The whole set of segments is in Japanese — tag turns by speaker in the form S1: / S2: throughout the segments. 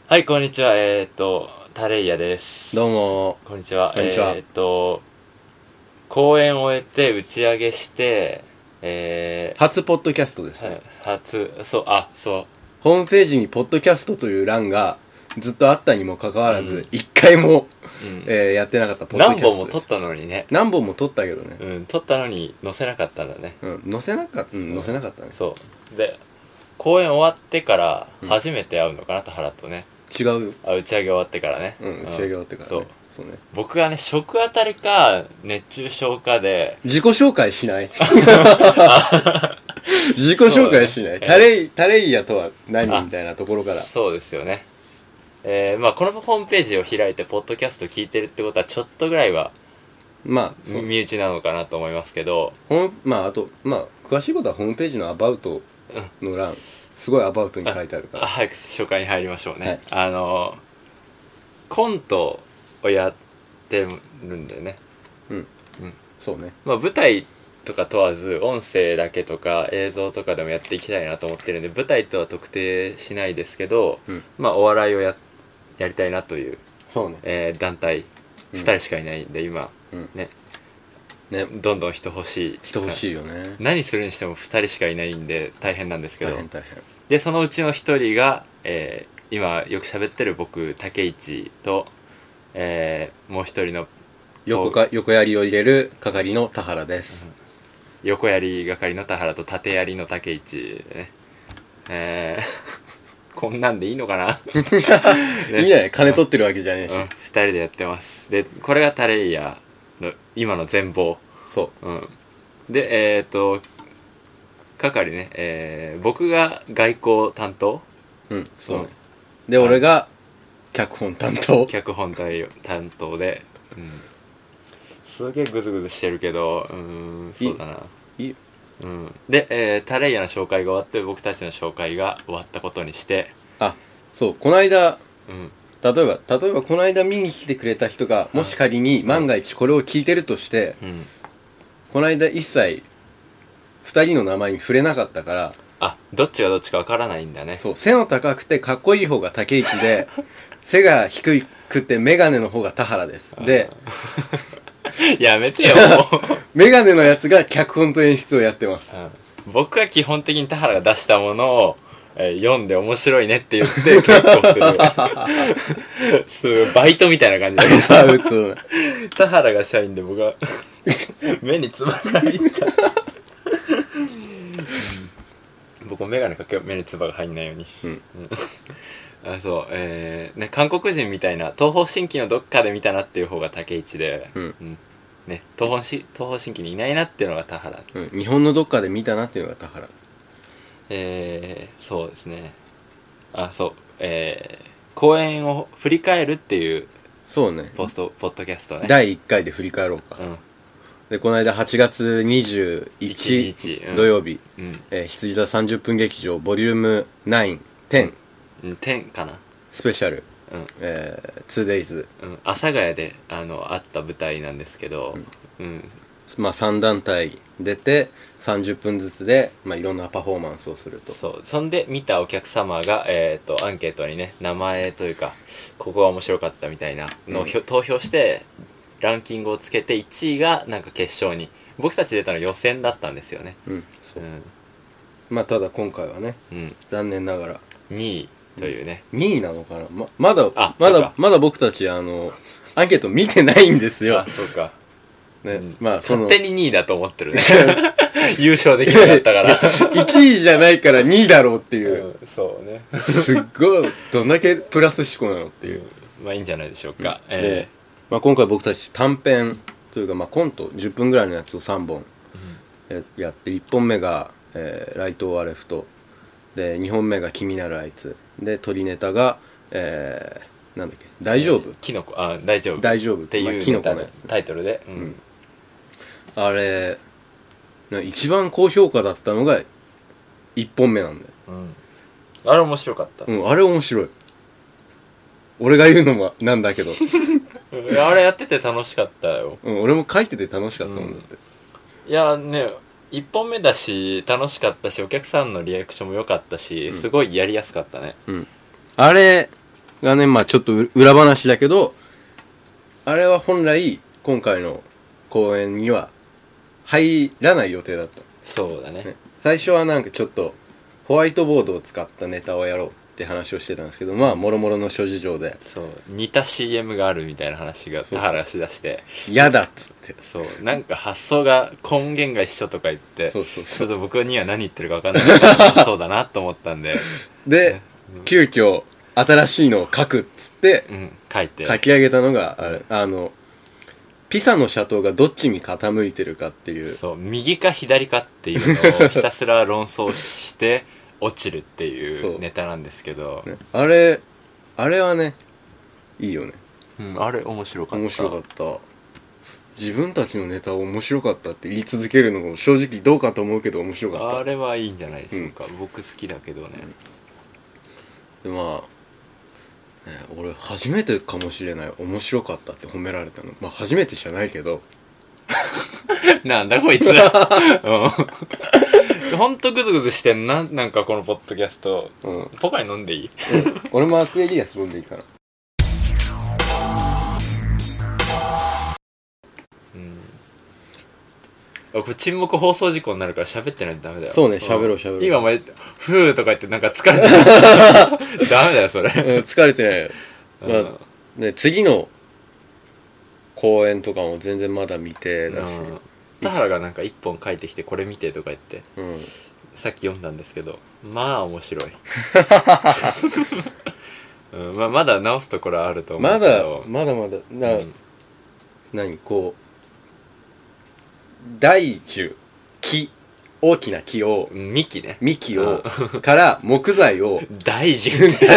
S1: はい、こんにちは。タレイヤです。
S2: どうも。
S1: こんにちは。
S2: こんにちは。
S1: 公演を終えて打ち上げして、
S2: 初ポッドキャストですね。
S1: そう、
S2: ホームページにポッドキャストという欄がずっとあったにもかかわらず、一回も、やってなかったポッドキャストです。
S1: 何本も撮ったのにね。
S2: 何本も撮ったけどね。
S1: 撮ったのに載せなかったんだね。
S2: 載せなかったね。
S1: そう。で、公演終わってから初めて会うのかな、田原とね。
S2: 違うよ。
S1: 打ち上げ終わってからね。
S2: 打ち上げ終わってからね。
S1: そうね。僕がね、食あたりか熱中症かで
S2: 自己紹介しない自己紹介しない、タレイヤとは何みたいなところから。
S1: そうですよね。このホームページを開いてポッドキャスト聞いてるってことはちょっとぐらいは身内なのかなと思いますけど、
S2: あと詳しいことはホームページのアバウトの欄、すごいアバウトに書いてあるから
S1: 早く紹介に入りましょうね。コントをやってるんでね。
S2: そうね。
S1: 舞台とか問わず音声だけとか映像とかでもやっていきたいなと思ってるんで、舞台とは特定しないですけど、お笑いをやりたいなという、
S2: そうね。
S1: 団体2人しかいないんで今、ね、どんどん人欲しい
S2: よね。
S1: 何するにしても2人しかいないんで大変なんですけど、
S2: 大変
S1: でそのうちの1人が、今よく喋ってる僕竹市と、もう一人の
S2: 横槍を入れる係の田原です、
S1: 横槍係の田原と縦槍の竹市でね。こんなんでいいのかな
S2: いいんじゃない金取ってるわけじゃねえし、
S1: 2人でやってます。でこれがタレイヤの今の全貌。
S2: そう、
S1: で係ね、僕が外交担当、
S2: そうね、で俺が脚本担当
S1: ですげえグズグズしてるけど、そうだな。
S2: いいよ。
S1: で、タレイヤの紹介が終わって僕たちの紹介が終わったことにして、
S2: そうこの間、例えばこの間見に来てくれた人がもし仮に万が一これを聞いてるとして、この間一切2人の名前に触れなかったから、
S1: どっちがどっちかわからないんだね。
S2: そう、背の高くてかっこいい方が竹市で背が低くてメガネの方が田原です。で
S1: やめてよ
S2: メガネのやつが脚本と演出をやってます、
S1: 僕は基本的に田原が出したものを、読んで面白いねって言って結構するバイトみたいな感じだけど田原が社員で僕は目につばが入った僕もメガネかけ目につばが入んないように、そう韓国人みたいな東方神起のどっかで見たなっていう方が竹市で、東方神起にいないなっていうのが田原、
S2: 日本のどっかで見たなっていうのが田原。
S1: そうですね。公演を振り返るっていう
S2: そうね
S1: ポッドキャストね。
S2: 第1回で振り返ろうか、でこの間8月21日土曜日、羊座30分劇場ボリューム9、
S1: 10かな
S2: スペシャル、2days、
S1: 阿佐ヶ谷であった舞台なんですけど、
S2: 3団体出て30分ずつで、いろんなパフォーマンスをすると。
S1: そんで見たお客様が、アンケートにね名前というかここが面白かったみたいなのを、投票してランキングをつけて1位がなんか決勝に、僕たち出たの予選だったんですよね。
S2: ただ今回はね、残念ながら
S1: 2位というね、
S2: 2位なのかな、まだ僕たちアンケート見てないんですよ。
S1: そうか
S2: ね、
S1: 勝手に2位だと思ってるね優勝できなかったから
S2: 1位じゃないから2位だろうっていう、
S1: そうね
S2: すっごいどんだけプラス思考なのっていう、
S1: いいんじゃないでしょうか。
S2: 今回僕たち短編というか、コント10分ぐらいのやつを3本やって、1本目が、ライト・オアレフトで、2本目が君ならあいつで、鳥ネタが、なんだっけ、大丈夫、
S1: キノコ、大丈夫っていう
S2: キノコのやつ、
S1: タイトルで、
S2: あれ一番高評価だったのが1本目なんだよ、
S1: あれ面白かった。
S2: あれ面白い。俺が言うのもなんだけど
S1: あれやってて楽しかったよ。
S2: 俺も書いてて楽しかったもんだって、
S1: いやね、1本目だし楽しかったし、お客さんのリアクションも良かったし、すごいやりやすかったね。
S2: あれがね、まあちょっと裏話だけど、あれは本来今回の公演には入らない予定だった。
S1: そうだね。
S2: 最初はなんかちょっとホワイトボードを使ったネタをやろうって話をしてたんですけど、まあもろもろの諸事情で、
S1: そう、似た CM があるみたいな話が田原がしだして、
S2: 嫌だっつって、
S1: そう、なんか発想が根源が一緒とか言って、
S2: そうそうそう、
S1: ちょっと僕には何言ってるか分かんないからそうだなと思ったんで、
S2: で、
S1: ね、
S2: 急遽新しいのを書くっつって、
S1: 書いて
S2: 書き上げたのがあれ、ピサの斜塔がどっちに傾いてるかっていう、
S1: そう、右か左かっていうのをひたすら論争して落ちるっていうネタなんですけど、
S2: ね、あれはね、いいよね。
S1: あれ面白かった。
S2: 面白かった。自分たちのネタを面白かったって言い続けるのも正直どうかと思うけど面白かった。
S1: あれはいいんじゃないでしょうか、僕好きだけどね。
S2: で、まあ俺初めてかもしれない面白かったって褒められたの。まあ初めてじゃないけど
S1: なんだこいつほんとグズグズしてんな。なんかこのポッドキャスト、ポカリ飲んでいい？
S2: 俺もアクエリアス飲んでいいかな。
S1: これ沈黙放送事故になるから喋ってないとダメだよ。
S2: そうね、喋ろう。
S1: 今お前ふーとか言ってなんか疲れてるダメだよそれ。
S2: 疲れてないよ。まあね、次の公演とかも全然まだ未定だし、
S1: 田原がなんか一本書いてきてこれ見てとか言って、さっき読んだんですけど、まあ面白い。まだ直すところはあると思うけど、
S2: まだ何こう大樹、木、大きな木を、幹をから木材を
S1: 大樹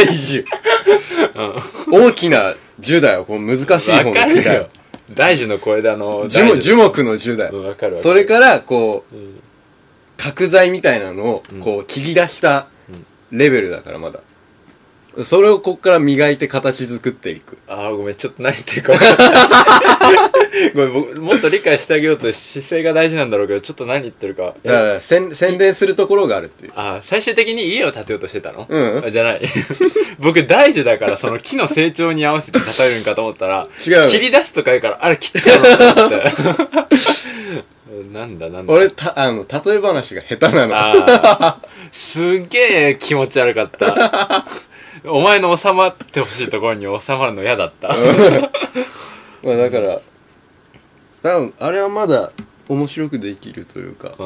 S2: 大きな樹だよ。こう難しい方の木だよ。
S1: 大樹の声で
S2: 樹木の樹だよ。
S1: わかる。
S2: それからこう、角材みたいなのをこう切り出したレベルだからまだ。それをこっから磨いて形作っていく。
S1: ごめん、ちょっと何言ってるか分かんないごめん、僕もっと理解してあげようと姿勢が大事なんだろうけど、ちょっと何言ってるか。
S2: だから宣伝するところがあるっていう。
S1: 最終的に家を建てようとしてたの？じゃない僕大樹だからその木の成長に合わせて建てるんかと思ったら
S2: 違う、
S1: 切り出すとか言うから、あれ切っちゃうのと思ってなんだ
S2: 俺例え話が下手なの。
S1: すげえ気持ち悪かったお前の収まってほしいところに収まるの嫌だった
S2: まあだから多分あれはまだ面白くできるというか、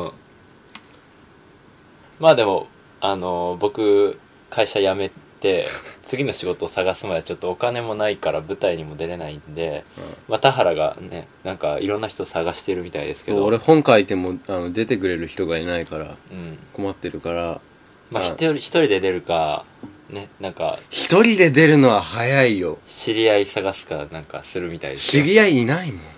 S1: まあでも僕会社辞めて次の仕事を探すまでちょっとお金もないから舞台にも出れないんで、田原がねなんかいろんな人探してるみたいですけど、
S2: 俺本書いても出てくれる人がいないから困ってるから、
S1: まあ一人で出るかね、なんか
S2: 一人で出るのは早いよ。
S1: 知り合い探すかなんかするみたいです
S2: よ。知り合いいないもん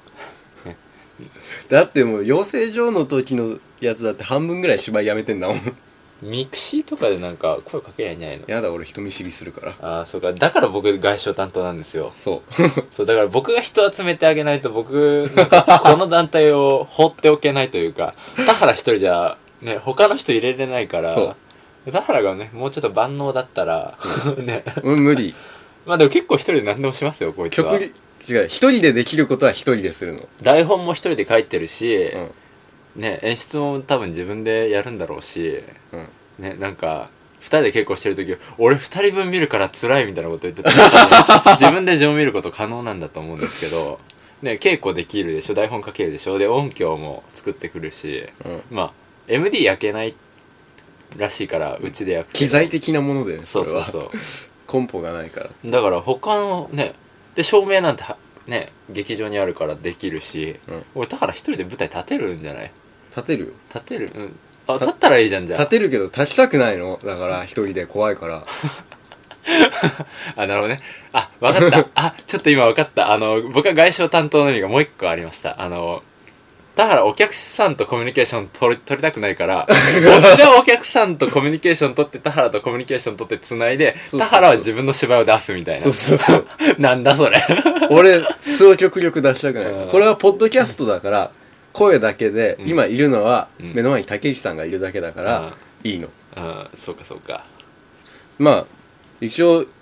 S2: だってもう養成所の時のやつだって半分ぐらい芝居やめてんだもん
S1: ミクシーとかでなんか声かけりゃいいんじゃないの？
S2: やだ、俺人見知りするから。
S1: そうか。だから僕外商担当なんですよ。
S2: そう
S1: だから僕が人集めてあげないと、僕なんかこの団体を放っておけないというか田原一人じゃね他の人入れれないから、田原がねもうちょっと万能だったらね
S2: 無理。
S1: まあでも結構一人で何でもしますよこいつは。
S2: 違う、一人でできることは一人でするの。
S1: 台本も一人で書いてるし、ね、演出も多分自分でやるんだろうし、ね、なんか2人で稽古してる時俺2人分見るから辛いみたいなこと言ってたら自分で字を見ること可能なんだと思うんですけど、ね、稽古できるでしょ、台本書けるでしょ、で音響も作ってくるし、まあ MD 焼けないらしいからうちで焼く
S2: 機材的なものでね、
S1: そう
S2: コンポがないから。
S1: だから他のねで照明なんてね劇場にあるからできるし、俺だから一人で舞台立てるんじゃない？
S2: 立てるよ。
S1: 立てる？立ったらいいじゃん。じゃあ
S2: 立てるけど立ちたくないのだから一人で怖いから
S1: なるほどね。分かったちょっと今分かった。僕が外商担当の意味がもう一個ありました。だからお客さんとコミュニケーション取りたくないから僕がお客さんとコミュニケーション取って田原とコミュニケーション取って繋いで、田原は自分の芝居を出すみたいな。
S2: そう
S1: なんだそれ
S2: 俺素を極力出したくない。これはポッドキャストだから声だけで、今いるのは目の前に竹内さんがいるだけだからいいの。
S1: そうか
S2: まあ一応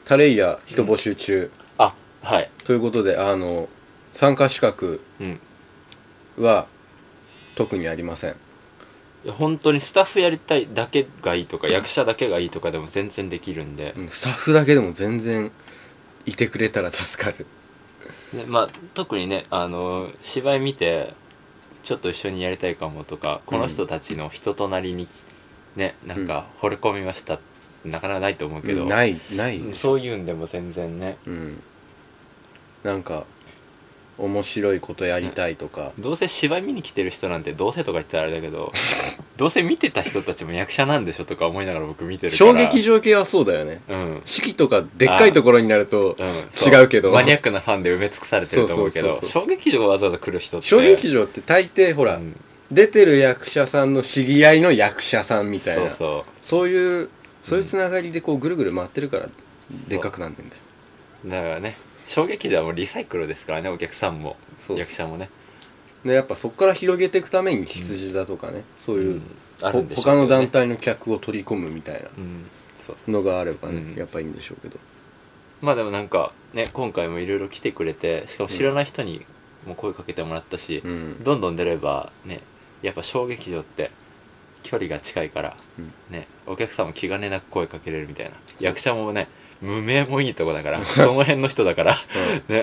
S2: タレイヤ人募集中、
S1: あ、はい。
S2: ということで参加資格は特にありません。
S1: 本当にスタッフやりたいだけがいいとか、役者だけがいいとかでも全然できるんで、
S2: スタッフだけでも全然いてくれたら助かる。
S1: ね、まあ特にね芝居見てちょっと一緒にやりたいかもとか、この人たちの人となりにね、なんか惚れ込みました、なかなかないと思うけど、
S2: ない
S1: そういうんでも全然ね、
S2: なんか面白いことやりたいとか、
S1: どうせ芝居見に来てる人なんて、どうせとか言ったらあれだけどどうせ見てた人たちも役者なんでしょとか思いながら僕見てるから。
S2: 小劇場系はそうだよね、式とかでっかいところになると違うけど、
S1: マニアックなファンで埋め尽くされてると思うけど、小劇場がわざわざ来る人って、
S2: 小劇場って大抵ほら、出てる役者さんの知り合いの役者さんみたいな、そういうつながりでこうぐるぐる回ってるからでっかくなんでんだよ。
S1: だからね、小劇場はもうリサイクルですからね、お客さんも役者もね。で
S2: やっぱそこから広げていくために羊座とかね、そういう、他の団体の客を取り込むみたいなのがあればね、やっぱいいんでしょうけど、
S1: まあでもなんかね、今回もいろいろ来てくれて、しかも知らない人にも声かけてもらったし、どんどん出ればね、やっぱ小劇場って距離が近いから、ね、お客さんも気兼ねなく声かけれるみたいな、役者もね無名もいいとこだからその辺の人だからね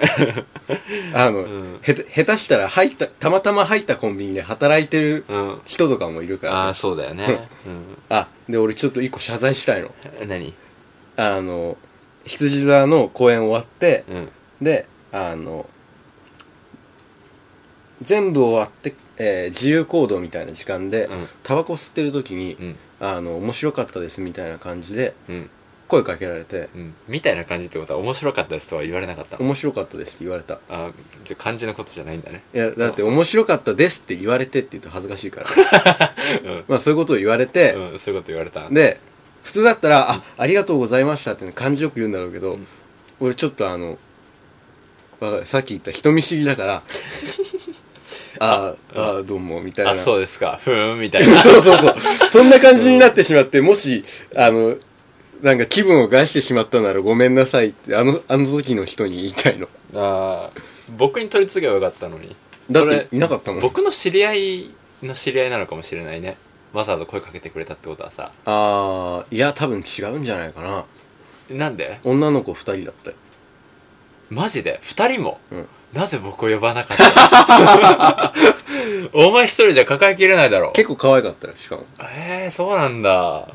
S2: 下手したらたまたま入ったコンビニで働いてる人とかもいるから、ね、
S1: あ、そうだよね、
S2: で俺ちょっと一個謝罪したいの。
S1: 何？
S2: 羊座の公演終わって、で全部終わって、自由行動みたいな時間で、タバコ吸ってる時に、面白かったですみたいな感じで、声かけられて、
S1: みたいな感じってことは面白かったですとは言われなかった？
S2: 面白かったですって言われた。
S1: じゃ漢字のことじゃないんだね。
S2: いやだって面白かったですって言われてって言うと恥ずかしいからまあそういうことを言われて、
S1: そういうこと言われた。
S2: で普通だったらありがとうございましたって感じよく言うんだろうけど、俺ちょっとさっき言った人見知りだからどうもみたいな、
S1: そうですか、ふーんみたいな
S2: そうそんな感じになってしまって、もしなんか気分を害してしまったならごめんなさいってあの時の人に言いたいの。
S1: 僕に取り次げばよかったのに。
S2: だっていなかったもん。
S1: 僕の知り合いの知り合いなのかもしれないね、わざわざ声かけてくれたってことはさ。
S2: いや多分違うんじゃないかな。
S1: なんで？
S2: 女の子2人だったよ。
S1: マジで2人も、なぜ僕を呼ばなかったのお前一人じゃ抱えきれないだろ。
S2: 結構可愛かったよ、しかも。
S1: そうなんだ。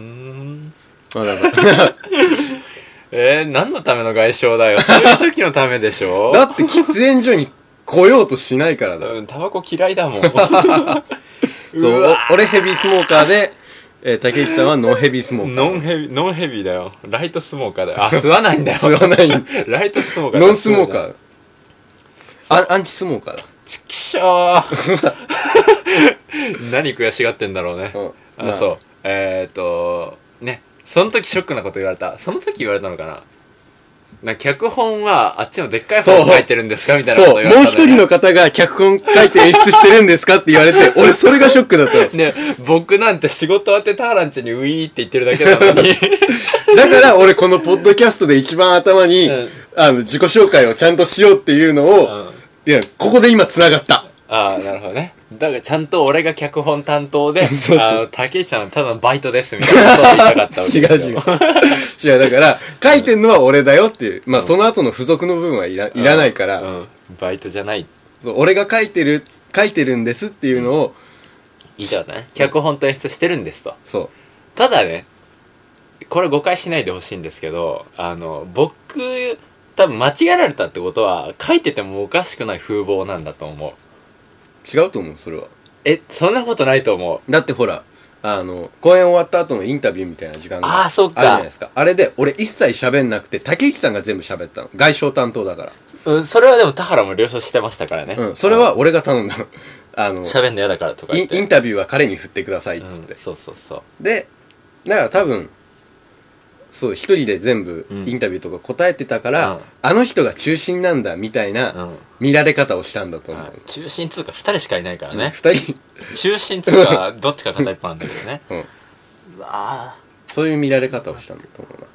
S1: 何のための外傷だよ。そういう時のためでしょ
S2: だって喫煙所に来ようとしないからだ。
S1: タバコ嫌いだもん
S2: そう俺ヘビースモーカーで、竹内さんはノンヘビースモーカ
S1: ー。ノンヘビーだよ。ライトスモーカーだよ。吸わないんだよ。
S2: 吸わない
S1: ライトスモーカー。
S2: ノンスモーカー。アンチスモーカーだ。
S1: ちきしょー何悔しがってんだろうね。そうね、その時ショックなこと言われた。その時言われたのかな、脚本はあっちのでっかい本書いてるんですかみたいなこと言われた、ね、
S2: もう一人の方が脚本書いて演出してるんですかって言われて俺それがショックだった
S1: ね。僕なんて仕事終わってターランチにウィーって言ってるだけなのに
S2: だから俺このポッドキャストで一番頭に、自己紹介をちゃんとしようっていうのを、いやここで今繋がった。
S1: なるほどね。だからちゃんと俺が脚本担当で竹内さんはただのバイトですみたいなことを言いたかったわけですよ。
S2: 違うだから書いてんのは俺だよっていう、その後の付属の部分はいらないから、
S1: バイトじゃない、
S2: 俺が書いてるんですっていうのを
S1: 言いたかったね。脚本と演出してるんですと。
S2: そう。
S1: ただね、これ誤解しないでほしいんですけど、僕多分間違えられたってことは書いててもおかしくない風貌なんだと思う。
S2: 違うと思う、それは。
S1: そんなことないと思
S2: う。だってほら公演終わった後のインタビューみたいな時間があるじゃないですか。あれで俺一切喋んなくて竹内さんが全部喋ったの。外傷担当だか
S1: ら。それはでも田原も了承してましたからね。
S2: それは俺が頼んだの。
S1: 喋んの嫌だからとか言って
S2: インタビューは彼に振ってくださいっつって、
S1: そう
S2: でだから多分そう一人で全部インタビューとか答えてたから、あの人が中心なんだみたいな見られ方をしたんだと思う。
S1: 中心つうか2人しかいないからね。
S2: 2人
S1: 中心つうかどっちか片一方なんだけどね。
S2: そういう見られ方をしたんだと思うな。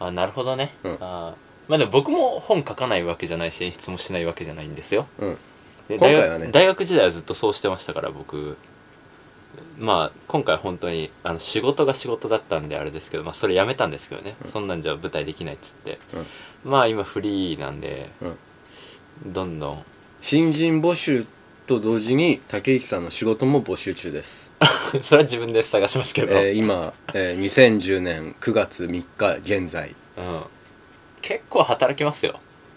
S1: あ、なるほどね、
S2: うん
S1: あ、まあでも僕も本書かないわけじゃないし演出もしないわけじゃないんですよ。
S2: うん
S1: で
S2: 今回はね
S1: 大学時代はずっとそうしてましたから僕。まあ今回本当に仕事が仕事だったんであれですけど、まあそれやめたんですけどね、そんなんじゃ舞台できないっつって、まあ今フリーなんで、どんどん
S2: 新人募集と同時に竹内さんの仕事も募集中です。
S1: それは自分で探しますけど、
S2: 今、2010年9月3日現在、
S1: 結構働きますよ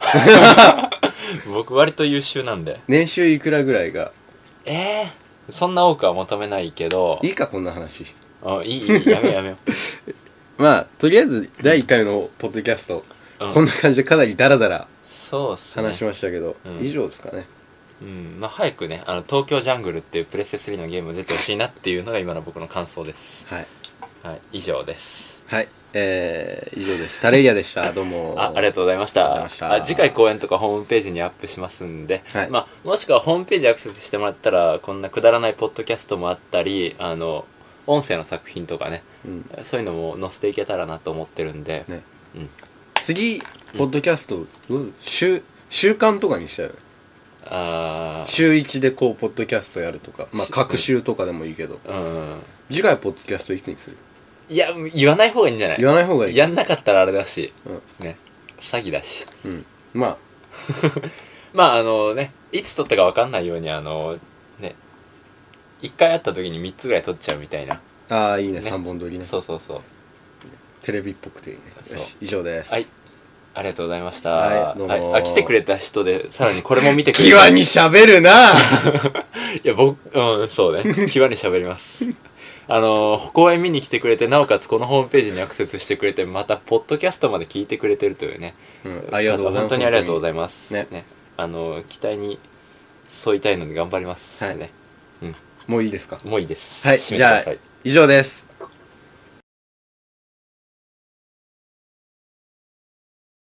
S1: 僕割と優秀なんで。
S2: 年収いくらぐらいが
S1: そんな多くは求めないけど。
S2: いいかこんな話。
S1: いいやめよう
S2: まあとりあえず第1回のポッドキャスト、こんな感じでかなりダラダラ
S1: そうっすね
S2: 話しましたけど、以上ですかね。
S1: まあ早くね東京ジャングルっていうプレステ3のゲーム出てほしいなっていうのが今の僕の感想です。はい、以上です。
S2: はい、以上です。タレイヤでした。どうも
S1: ありがとうございました。次回公演とかホームページにアップしますんで、まあ、もしくはホームページアクセスしてもらったらこんなくだらないポッドキャストもあったり音声の作品とかね、そういうのも載せていけたらなと思ってるんで、
S2: 次ポッドキャスト、週間とかにしちゃう。週1でこうポッドキャストやるとか、まあ各週とかでもいいけど、次回ポッドキャストいつにする？
S1: いや言わない方がいいんじゃない？
S2: 言わない方がいい。
S1: やんなかったらあれだし、ね、詐欺だし、まあまあね、いつ撮ったか分かんないようにね、1回会った時に3つぐらい撮っちゃうみたいな。
S2: ああいいね、3本撮りね。
S1: そう
S2: テレビっぽくていいね。よし、以上です。
S1: はい、ありがとうございました。はい、どうも。来てくれた人でさらにこれも見てくれ
S2: 際に喋るな。
S1: いや僕そうね、際に喋ります公演見に来てくれて、なおかつこのホームページにアクセスしてくれて、またポッドキャストまで聞いてくれてるというね、
S2: ありがとうございます。
S1: 本当にありがとうございますね。期待に沿いたいので頑張りますね。
S2: もういいですか？
S1: もういいです。
S2: はい、じゃあ以上です。